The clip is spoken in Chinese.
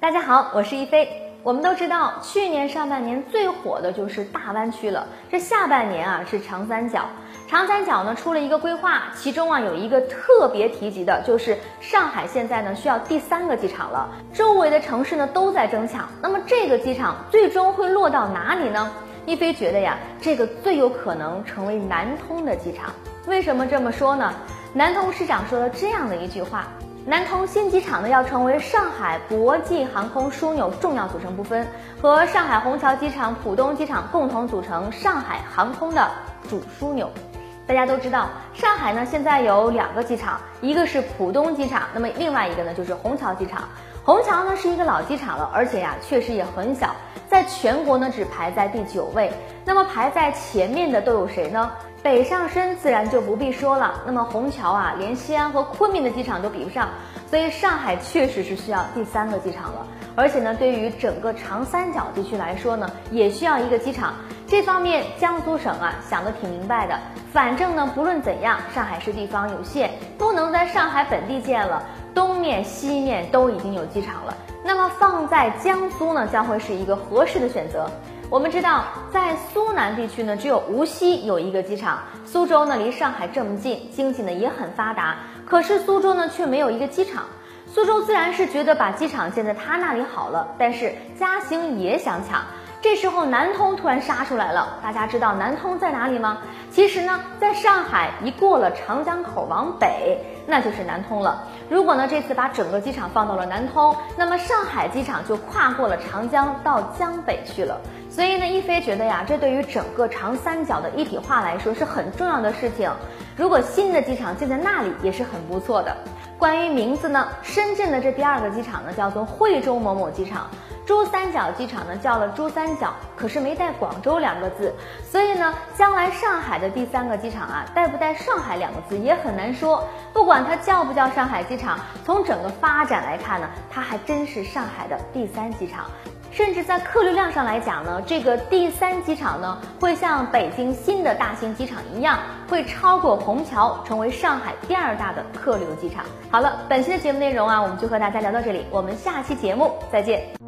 大家好，我是一菲。我们都知道，去年上半年最火的就是大湾区了。这下半年啊是长三角。长三角呢出了一个规划，其中啊有一个特别提及的，就是上海现在呢需要第3个机场了，周围的城市呢都在争抢。那么这个机场最终会落到哪里呢？一菲觉得呀，这个最有可能成为南通的机场。为什么这么说呢？南通市长说了这样的一句话。南通新机场呢，要成为上海国际航空枢纽重要组成部分，和上海虹桥机场、浦东机场共同组成上海航空的主枢纽。大家都知道，上海呢现在有2个机场，一个是浦东机场，那么另外一个呢就是虹桥机场。虹桥呢是一个老机场了，而且呀确实也很小，在全国呢只排在第9位。那么排在前面的都有谁呢？北上深自然就不必说了，那么虹桥啊，连西安和昆明的机场都比不上，所以上海确实是需要第3个机场了。而且呢，对于整个长三角地区来说呢，也需要一个机场。这方面江苏省啊想得挺明白的，反正呢不论怎样，上海市地方有限，不能在上海本地建了，东面西面都已经有机场了，那么放在江苏呢将会是一个合适的选择。我们知道，在苏南地区呢，只有无锡有一个机场。苏州呢离上海这么近，经济呢也很发达，可是苏州呢却没有一个机场。苏州自然是觉得把机场建在他那里好了，但是嘉兴也想抢。这时候南通突然杀出来了。大家知道南通在哪里吗？其实呢，在上海一过了长江口往北，那就是南通了。如果呢这次把整个机场放到了南通，那么上海机场就跨过了长江到江北去了。所以呢，一菲觉得呀，这对于整个长三角的一体化来说是很重要的事情。如果新的机场建在那里，也是很不错的。关于名字呢，深圳的这第2个机场呢叫做惠州某某机场，珠三角机场呢叫了珠三角，可是没带广州2个字，所以呢，将来上海的第3个机场啊，带不带上海2个字也很难说。不管它叫不叫上海机场，从整个发展来看呢，它还真是上海的第3机场。甚至在客流量上来讲呢，这个第3机场呢，会像北京新的大型机场一样，会超过虹桥，成为上海第2大的客流机场。好了，本期的节目内容啊，我们就和大家聊到这里，我们下期节目再见。